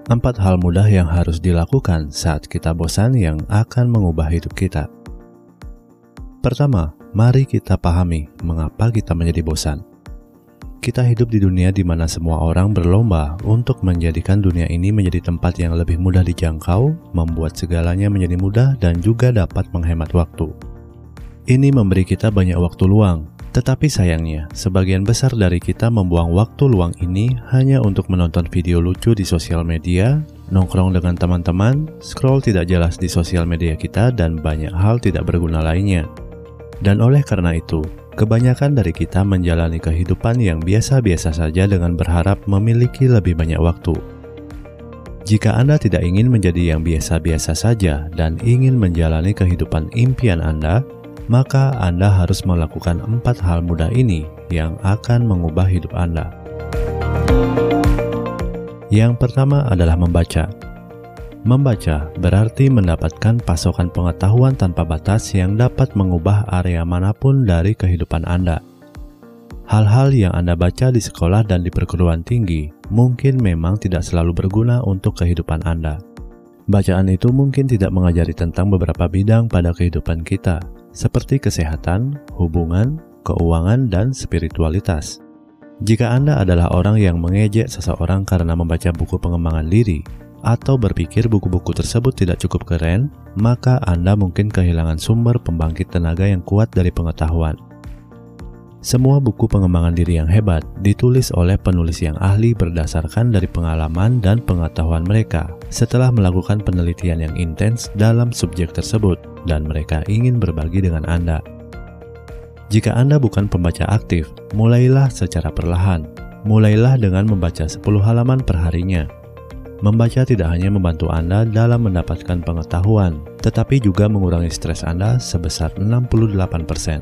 4 hal mudah yang harus dilakukan saat kita bosan yang akan mengubah hidup kita. Pertama, mari kita pahami mengapa kita menjadi bosan. Kita hidup di dunia di mana semua orang berlomba untuk menjadikan dunia ini menjadi tempat yang lebih mudah dijangkau, membuat segalanya menjadi mudah dan juga dapat menghemat waktu. Ini memberi kita banyak waktu luang, tetapi sayangnya, sebagian besar dari kita membuang waktu luang ini hanya untuk menonton video lucu di sosial media, nongkrong dengan teman-teman, scroll tidak jelas di sosial media kita, dan banyak hal tidak berguna lainnya. Dan oleh karena itu, kebanyakan dari kita menjalani kehidupan yang biasa-biasa saja dengan berharap memiliki lebih banyak waktu. Jika Anda tidak ingin menjadi yang biasa-biasa saja dan ingin menjalani kehidupan impian Anda, maka Anda harus melakukan 4 hal mudah ini yang akan mengubah hidup Anda. Yang pertama adalah membaca. Membaca berarti mendapatkan pasokan pengetahuan tanpa batas yang dapat mengubah area manapun dari kehidupan Anda. Hal-hal yang Anda baca di sekolah dan di perguruan tinggi mungkin memang tidak selalu berguna untuk kehidupan Anda. Bacaan itu mungkin tidak mengajari tentang beberapa bidang pada kehidupan kita, seperti kesehatan, hubungan, keuangan, dan spiritualitas. Jika Anda adalah orang yang mengejek seseorang karena membaca buku pengembangan diri, atau berpikir buku-buku tersebut tidak cukup keren, maka Anda mungkin kehilangan sumber pembangkit tenaga yang kuat dari pengetahuan. Semua buku pengembangan diri yang hebat ditulis oleh penulis yang ahli berdasarkan dari pengalaman dan pengetahuan mereka setelah melakukan penelitian yang intens dalam subjek tersebut, dan mereka ingin berbagi dengan Anda. Jika Anda bukan pembaca aktif, mulailah secara perlahan. Mulailah dengan membaca 10 halaman per harinya. Membaca tidak hanya membantu Anda dalam mendapatkan pengetahuan, tetapi juga mengurangi stres Anda sebesar 68%.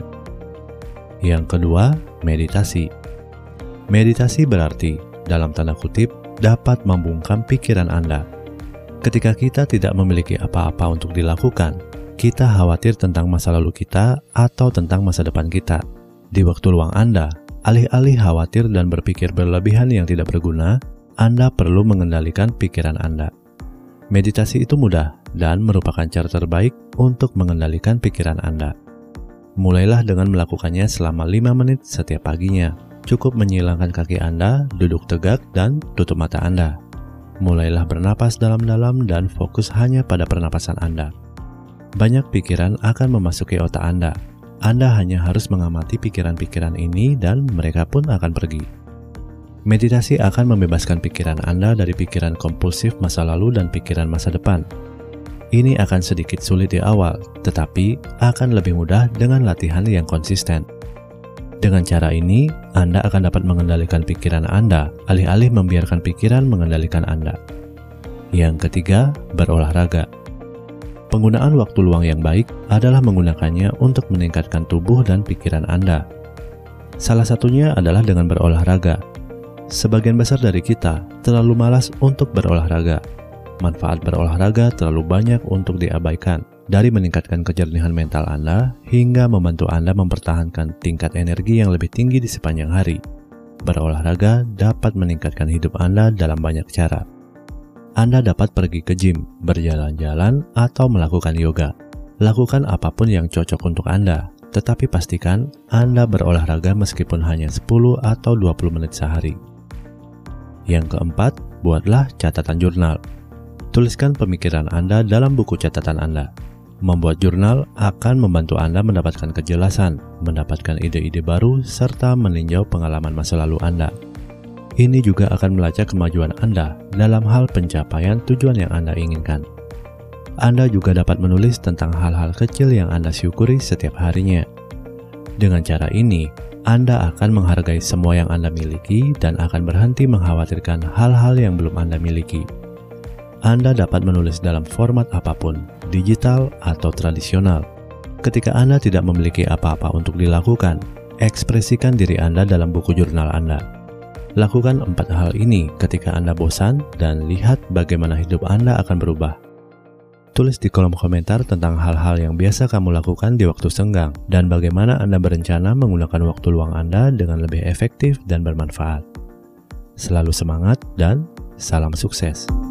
Yang kedua, meditasi. Meditasi berarti, dalam tanda kutip, dapat membungkam pikiran Anda. Ketika kita tidak memiliki apa-apa untuk dilakukan, kita khawatir tentang masa lalu kita atau tentang masa depan kita. Di waktu luang Anda, alih-alih khawatir dan berpikir berlebihan yang tidak berguna, Anda perlu mengendalikan pikiran Anda. Meditasi itu mudah dan merupakan cara terbaik untuk mengendalikan pikiran Anda. Mulailah dengan melakukannya selama 5 menit setiap paginya. Cukup menyilangkan kaki Anda, duduk tegak, dan tutup mata Anda. Mulailah bernapas dalam-dalam dan fokus hanya pada pernapasan Anda. Banyak pikiran akan memasuki otak Anda. Anda hanya harus mengamati pikiran-pikiran ini dan mereka pun akan pergi. Meditasi akan membebaskan pikiran Anda dari pikiran kompulsif masa lalu dan pikiran masa depan. Ini akan sedikit sulit di awal, tetapi akan lebih mudah dengan latihan yang konsisten. Dengan cara ini, Anda akan dapat mengendalikan pikiran Anda, alih-alih membiarkan pikiran mengendalikan Anda. Yang ketiga, berolahraga. Penggunaan waktu luang yang baik adalah menggunakannya untuk meningkatkan tubuh dan pikiran Anda. Salah satunya adalah dengan berolahraga. Sebagian besar dari kita terlalu malas untuk berolahraga. Manfaat berolahraga terlalu banyak untuk diabaikan, dari meningkatkan kejernihan mental Anda hingga membantu Anda mempertahankan tingkat energi yang lebih tinggi di sepanjang hari. Berolahraga dapat meningkatkan hidup Anda dalam banyak cara. Anda dapat pergi ke gym, berjalan-jalan, atau melakukan yoga. Lakukan apapun yang cocok untuk Anda, tetapi pastikan Anda berolahraga meskipun hanya 10 atau 20 menit sehari. Yang keempat, buatlah catatan jurnal. Tuliskan pemikiran Anda dalam buku catatan Anda. Membuat jurnal akan membantu Anda mendapatkan kejelasan, mendapatkan ide-ide baru, serta meninjau pengalaman masa lalu Anda. Ini juga akan melacak kemajuan Anda dalam hal pencapaian tujuan yang Anda inginkan. Anda juga dapat menulis tentang hal-hal kecil yang Anda syukuri setiap harinya. Dengan cara ini, Anda akan menghargai semua yang Anda miliki dan akan berhenti mengkhawatirkan hal-hal yang belum Anda miliki. Anda dapat menulis dalam format apapun, digital atau tradisional. Ketika Anda tidak memiliki apa-apa untuk dilakukan, ekspresikan diri Anda dalam buku jurnal Anda. Lakukan 4 hal ini ketika Anda bosan dan lihat bagaimana hidup Anda akan berubah. Tulis di kolom komentar tentang hal-hal yang biasa kamu lakukan di waktu senggang dan bagaimana Anda berencana menggunakan waktu luang Anda dengan lebih efektif dan bermanfaat. Selalu semangat dan salam sukses.